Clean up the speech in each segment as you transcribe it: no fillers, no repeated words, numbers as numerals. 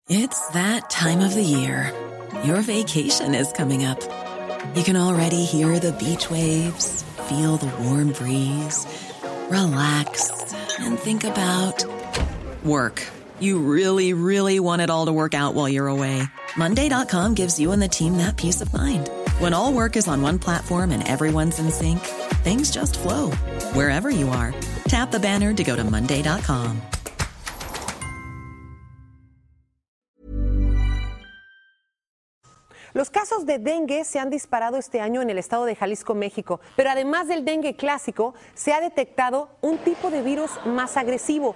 It's that time of the year. Your vacation is coming up. You can already hear the beach waves, feel the warm breeze, relax, and think about work. You really, really want it all to work out while you're away. Monday.com gives you and the team that peace of mind. When all work is on one platform and everyone's in sync, things just flow. Wherever you are, tap the banner to go to Monday.com. Los casos de dengue se han disparado este año en el estado de Jalisco, México, pero además del dengue clásico, se ha detectado un tipo de virus más agresivo.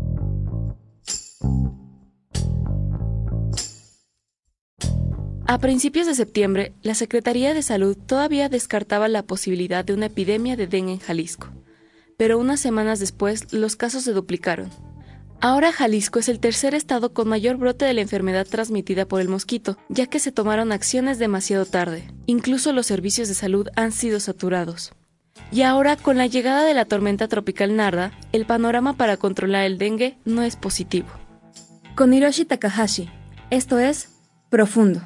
A principios de septiembre, la Secretaría de Salud todavía descartaba la posibilidad de una epidemia de dengue en Jalisco, pero unas semanas después los casos se duplicaron. Ahora Jalisco es el tercer estado con mayor brote de la enfermedad transmitida por el mosquito, ya que se tomaron acciones demasiado tarde. Incluso los servicios de salud han sido saturados. Y ahora, con la llegada de la tormenta tropical Narda, el panorama para controlar el dengue no es positivo. Con Hiroshi Takahashi, esto es Profundo.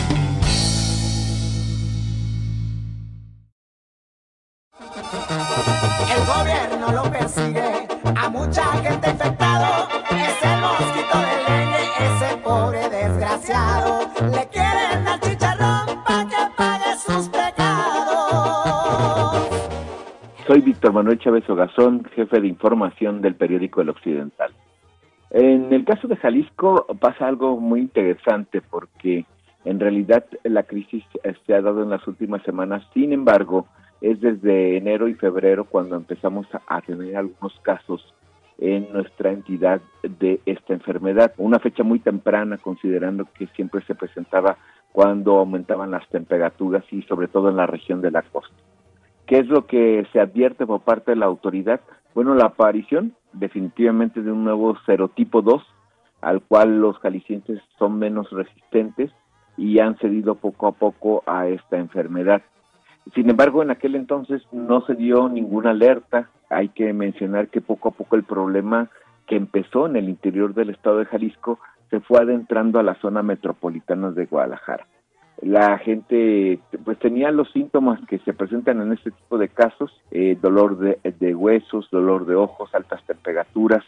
El gobierno lo persigue, a mucha gente infectado, es el mosquito del dengue, ese pobre desgraciado, le quieren dar chicharrón para que pague sus pecados. Soy Víctor Manuel Chávez Ogazón, jefe de información del periódico El Occidental. En el caso de Jalisco pasa algo muy interesante porque en realidad la crisis se ha dado en las últimas semanas, sin embargo, es desde enero y febrero cuando empezamos a tener algunos casos en nuestra entidad de esta enfermedad. Una fecha muy temprana, considerando que siempre se presentaba cuando aumentaban las temperaturas y sobre todo en la región de la costa. ¿Qué es lo que se advierte por parte de la autoridad? Bueno, la aparición definitivamente de un nuevo serotipo 2, al cual los jaliscienses son menos resistentes y han cedido poco a poco a esta enfermedad. Sin embargo, en aquel entonces no se dio ninguna alerta. Hay que mencionar que poco a poco el problema que empezó en el interior del estado de Jalisco se fue adentrando a la zona metropolitana de Guadalajara. La gente pues tenía los síntomas que se presentan en este tipo de casos, dolor de huesos, dolor de ojos, altas temperaturas.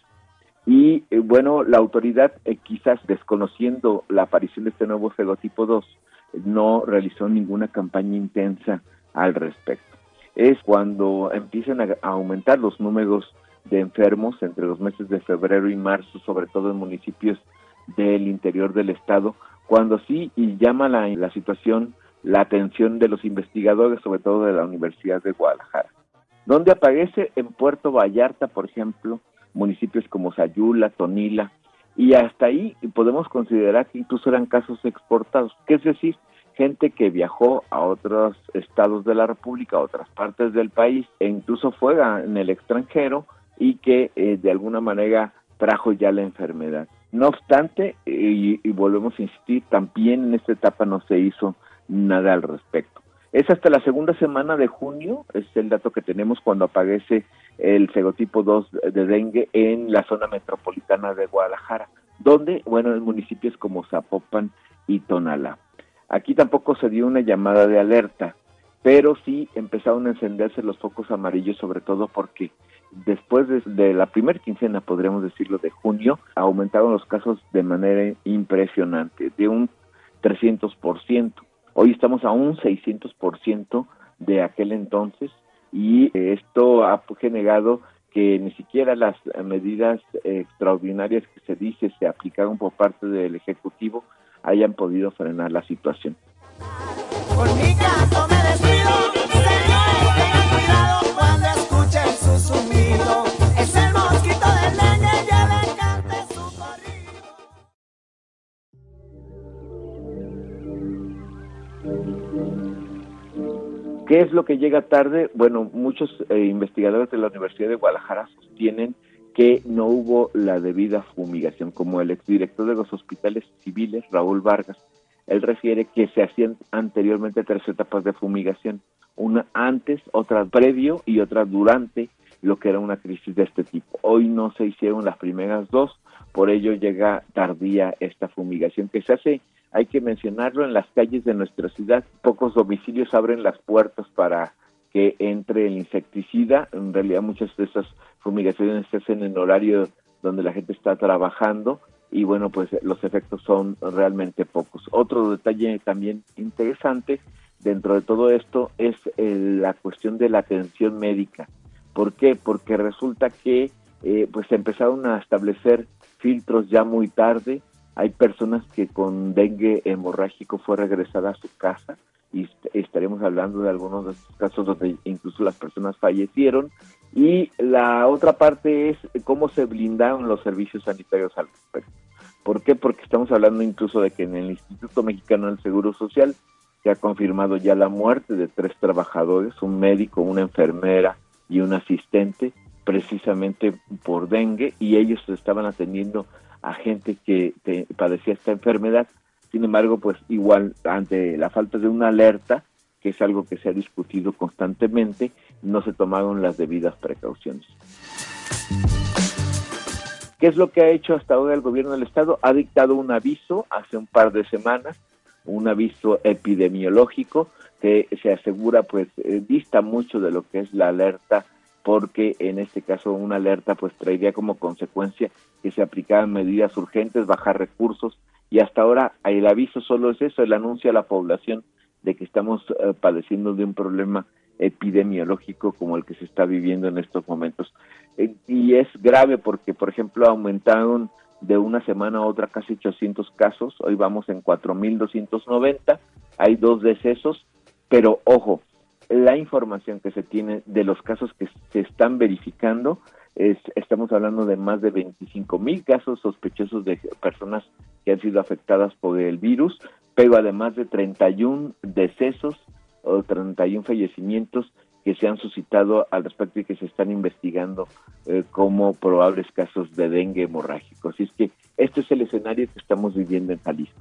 Y bueno, la autoridad quizás desconociendo la aparición de este nuevo serotipo 2, no realizó ninguna campaña intensa al respecto. Es cuando empiezan a aumentar los números de enfermos entre los meses de febrero y marzo, sobre todo en municipios del interior del estado, cuando sí y llama la situación la atención de los investigadores, sobre todo de la Universidad de Guadalajara, donde aparece en Puerto Vallarta, por ejemplo, municipios como Sayula, Tonila, y hasta ahí podemos considerar que incluso eran casos exportados, que es decir, gente que viajó a otros estados de la República, a otras partes del país, e incluso fuera en el extranjero, y que de alguna manera trajo ya la enfermedad. No obstante, y volvemos a insistir, también en esta etapa no se hizo nada al respecto. Es hasta la segunda semana de junio, es el dato que tenemos cuando aparece el serotipo 2 de dengue en la zona metropolitana de Guadalajara, donde, bueno, en municipios como Zapopan y Tonalá. Aquí tampoco se dio una llamada de alerta, pero sí empezaron a encenderse los focos amarillos, sobre todo porque después de la primera quincena, podríamos decirlo, de junio, aumentaron los casos de manera impresionante, de un 300%. Hoy estamos a un 600% de aquel entonces, y esto ha generado que ni siquiera las medidas extraordinarias que se dice se aplicaron por parte del Ejecutivo hayan podido frenar la situación. Por mi caso me despido, señores, tengan cuidado cuando escuchen su zumbido. Es el mosquito del dengue, lleven cante su corrido. ¿Qué es lo que llega tarde? Bueno, muchos investigadores de la Universidad de Guadalajara sostienen que no hubo la debida fumigación, como el exdirector de los hospitales civiles, Raúl Vargas. Él refiere que se hacían anteriormente 3 etapas de fumigación, una antes, otra previo y otra durante lo que era una crisis de este tipo. Hoy no se hicieron las primeras 2, por ello llega tardía esta fumigación que se hace, hay que mencionarlo, en las calles de nuestra ciudad. Pocos domicilios abren las puertas para que entre el insecticida. En realidad muchas de esas fumigaciones se hacen en horario donde la gente está trabajando y bueno, pues los efectos son realmente pocos. Otro detalle también interesante dentro de todo esto es la cuestión de la atención médica. ¿Por qué? Porque resulta que pues se empezaron a establecer filtros ya muy tarde. Hay personas que con dengue hemorrágico fue regresada a su casa y estaremos hablando de algunos de estos casos donde incluso las personas fallecieron. Y la otra parte es cómo se blindaron los servicios sanitarios al respecto. ¿Por qué? Porque estamos hablando incluso de que en el Instituto Mexicano del Seguro Social se ha confirmado ya la muerte de 3 trabajadores, un médico, una enfermera y un asistente, precisamente por dengue, y ellos estaban atendiendo a gente que padecía esta enfermedad. Sin embargo, pues igual ante la falta de una alerta, que es algo que se ha discutido constantemente, no se tomaron las debidas precauciones. ¿Qué es lo que ha hecho hasta ahora el gobierno del estado? Ha dictado un aviso hace un par de semanas, un aviso epidemiológico que se asegura pues dista mucho de lo que es la alerta, porque en este caso una alerta pues traería como consecuencia que se aplicaran medidas urgentes, bajar recursos, y hasta ahora el aviso solo es eso, el anuncio a la población de que estamos padeciendo de un problema epidemiológico como el que se está viviendo en estos momentos. Y es grave porque, por ejemplo, aumentaron de una semana a otra casi 800 casos, hoy vamos en 4,290, hay 2 decesos, pero ojo, la información que se tiene de los casos que se están verificando, estamos hablando de más de 25,000 casos sospechosos de personas que han sido afectadas por el virus, pero además de 31 decesos o 31 fallecimientos que se han suscitado al respecto y que se están investigando como probables casos de dengue hemorrágico. Así es que este es el escenario que estamos viviendo en Jalisco.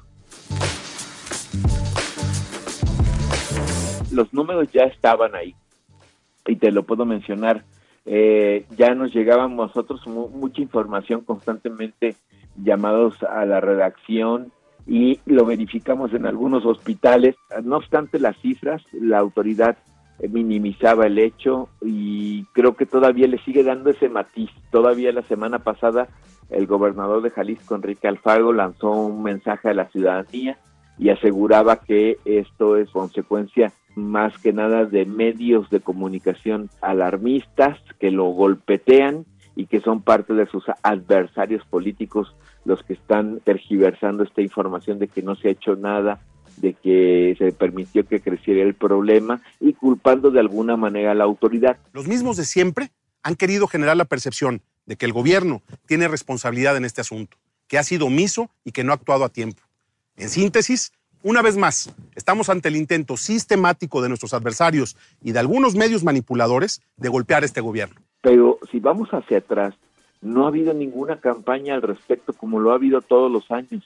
Los números ya estaban ahí y te lo puedo mencionar. Ya nos llegaban nosotros mucha información constantemente, llamados a la redacción, y lo verificamos en algunos hospitales. No obstante las cifras, la autoridad minimizaba el hecho y creo que todavía le sigue dando ese matiz. Todavía la semana pasada el gobernador de Jalisco, Enrique Alfaro, lanzó un mensaje a la ciudadanía y aseguraba que esto es consecuencia más que nada de medios de comunicación alarmistas que lo golpetean y que son parte de sus adversarios políticos los que están tergiversando esta información de que no se ha hecho nada, de que se permitió que creciera el problema y culpando de alguna manera a la autoridad. Los mismos de siempre han querido generar la percepción de que el gobierno tiene responsabilidad en este asunto, que ha sido omiso y que no ha actuado a tiempo. En síntesis, una vez más, estamos ante el intento sistemático de nuestros adversarios y de algunos medios manipuladores de golpear a este gobierno. Pero si vamos hacia atrás, no ha habido ninguna campaña al respecto como lo ha habido todos los años.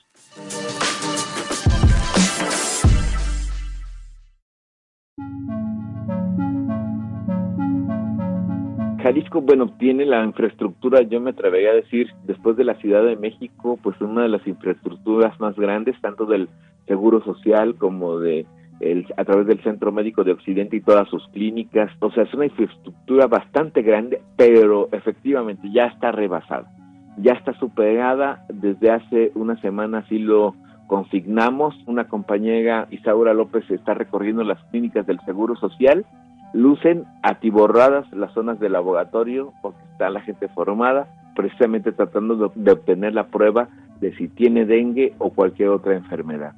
Jalisco, bueno, tiene la infraestructura, yo me atrevería a decir, después de la Ciudad de México, pues una de las infraestructuras más grandes, tanto del Seguro Social como a través del Centro Médico de Occidente y todas sus clínicas. O sea, es una infraestructura bastante grande, pero efectivamente ya está rebasada, ya está superada. Desde hace una semana así lo consignamos. Una compañera, Isaura López, está recorriendo las clínicas del Seguro Social. Lucen atiborradas las zonas de laboratorio porque está la gente formada, precisamente tratando de obtener la prueba de si tiene dengue o cualquier otra enfermedad.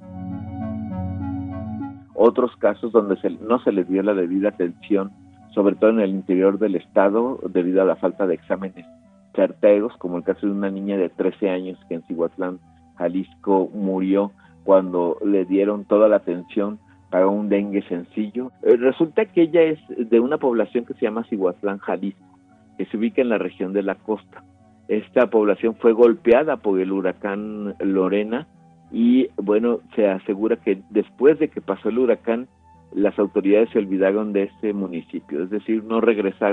Otros casos donde no se les dio la debida atención, sobre todo en el interior del estado, debido a la falta de exámenes certeros, como el caso de una niña de 13 años que en Cihuatlán, Jalisco, murió cuando le dieron toda la atención para un dengue sencillo. Resulta que ella es de una población que se llama Cihuatlán, Jalisco, que se ubica en la región de la costa. Esta población fue golpeada por el huracán Lorena y, bueno, se asegura que después de que pasó el huracán, las autoridades se olvidaron de ese municipio, es decir, no regresaron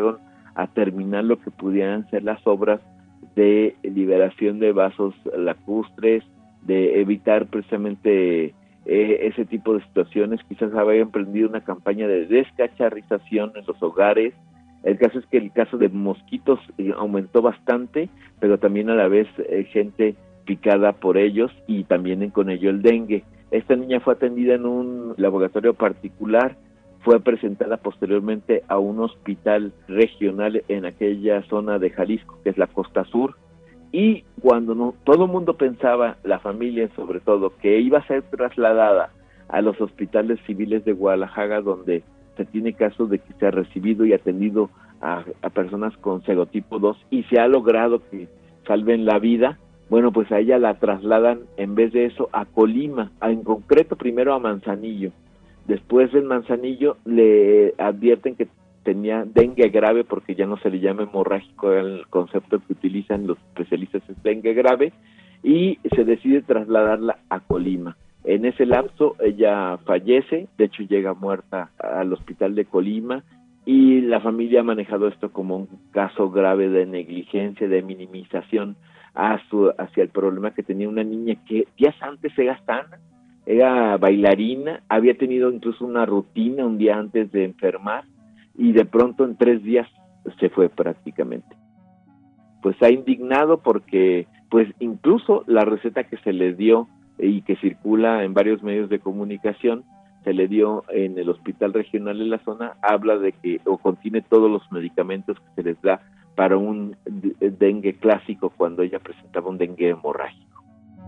a terminar lo que pudieran ser las obras de liberación de vasos lacustres, de evitar precisamente ese tipo de situaciones. Quizás había emprendido una campaña de descacharrización en los hogares. El caso es que el caso de mosquitos aumentó bastante, pero también a la vez gente picada por ellos y también con ello el dengue. Esta niña fue atendida en un laboratorio particular, fue presentada posteriormente a un hospital regional en aquella zona de Jalisco, que es la costa sur, y cuando todo el mundo pensaba, la familia sobre todo, que iba a ser trasladada a los hospitales civiles de Guadalajara, donde se tiene casos de que se ha recibido y atendido a personas con serotipo 2 y se ha logrado que salven la vida, bueno, pues a ella la trasladan en vez de eso a Colima, en concreto primero a Manzanillo. Después del Manzanillo le advierten que tenía dengue grave, porque ya no se le llama hemorrágico, el concepto que utilizan los especialistas es dengue grave, y se decide trasladarla a Colima. En ese lapso ella fallece, de hecho llega muerta al hospital de Colima, y la familia ha manejado esto como un caso grave de negligencia, de minimización hacia el problema que tenía una niña que días antes era sana, era bailarina, había tenido incluso una rutina un día antes de enfermar, y de pronto en 3 días se fue prácticamente. Pues ha indignado porque pues incluso la receta que se le dio y que circula en varios medios de comunicación, se le dio en el hospital regional de la zona, habla de que contiene todos los medicamentos que se les da para un dengue clásico cuando ella presentaba un dengue hemorrágico.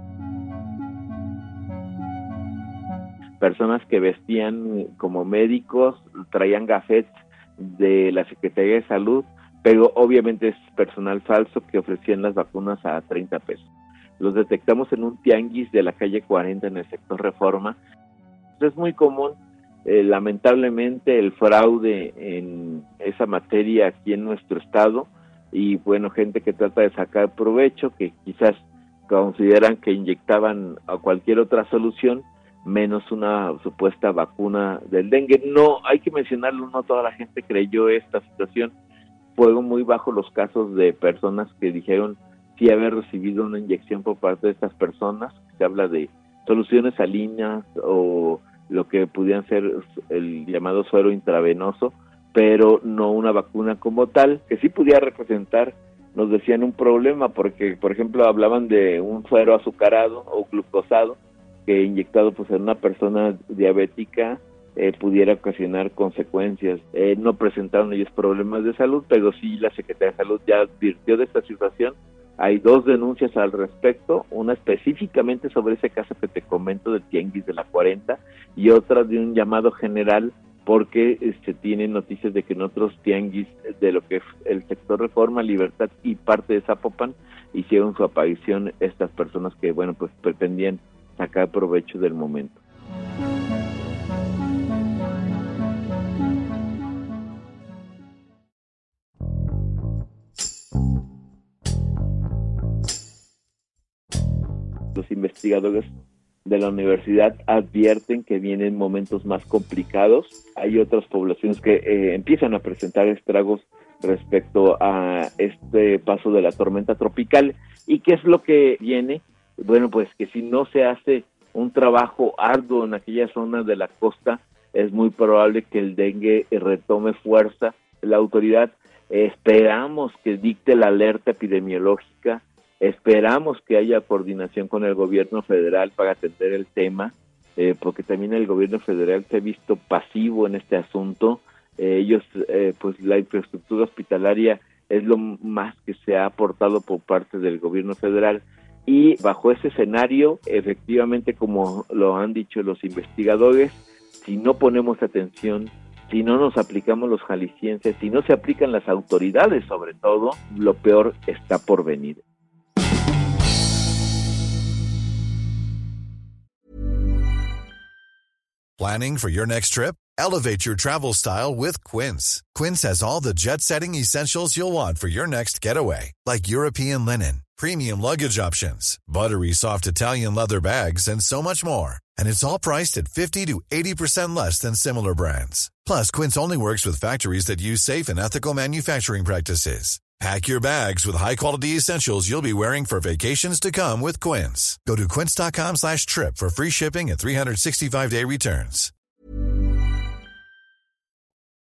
Personas que vestían como médicos, traían gafetes de la Secretaría de Salud, pero obviamente es personal falso que ofrecían las vacunas a 30 pesos. Los detectamos en un tianguis de la calle 40 en el sector Reforma. Es muy común, lamentablemente, el fraude en esa materia aquí en nuestro estado, y bueno, gente que trata de sacar provecho, que quizás consideran que inyectaban a cualquier otra solución, menos una supuesta vacuna del dengue. No, hay que mencionarlo, no toda la gente creyó esta situación. Fueron muy bajos los casos de personas que dijeron sí haber recibido una inyección por parte de estas personas. Se habla de soluciones salinas o lo que pudieran ser el llamado suero intravenoso, pero no una vacuna como tal, que sí pudiera representar, nos decían, un problema, porque, por ejemplo, hablaban de un suero azucarado o glucosado, que inyectado pues en una persona diabética pudiera ocasionar consecuencias. No presentaron ellos problemas de salud, pero sí la Secretaría de Salud ya advirtió de esta situación. Hay 2 denuncias al respecto, una específicamente sobre ese caso que te comento del tianguis de la 40 y otra de un llamado general porque se tienen noticias de que en otros tianguis de lo que es el sector Reforma, Libertad y parte de Zapopan hicieron su aparición estas personas que, bueno, pues pretendían sacar provecho del momento. Los investigadores de la universidad advierten que vienen momentos más complicados. Hay otras poblaciones que empiezan a presentar estragos respecto a este paso de la tormenta tropical. ¿Y qué es lo que viene? Bueno, pues que si no se hace un trabajo arduo en aquella zona de la costa, es muy probable que el dengue retome fuerza. La autoridad esperamos que dicte la alerta epidemiológica. Esperamos que haya coordinación con el gobierno federal para atender el tema, porque también el gobierno federal se ha visto pasivo en este asunto. Ellos, pues la infraestructura hospitalaria es lo más que se ha aportado por parte del gobierno federal, y bajo ese escenario, efectivamente, como lo han dicho los investigadores, si no ponemos atención, si no nos aplicamos los jaliscienses, si no se aplican las autoridades sobre todo, lo peor está por venir. Planning for your next trip? Elevate your travel style with Quince. Quince has all the jet-setting essentials you'll want for your next getaway, like European linen, premium luggage options, buttery soft Italian leather bags, and so much more. And it's all priced at 50 to 80% less than similar brands. Plus, Quince only works with factories that use safe and ethical manufacturing practices. Pack your bags with high-quality essentials you'll be wearing for vacations to come with Quince. Go to quince.com/trip for free shipping and 365-day returns.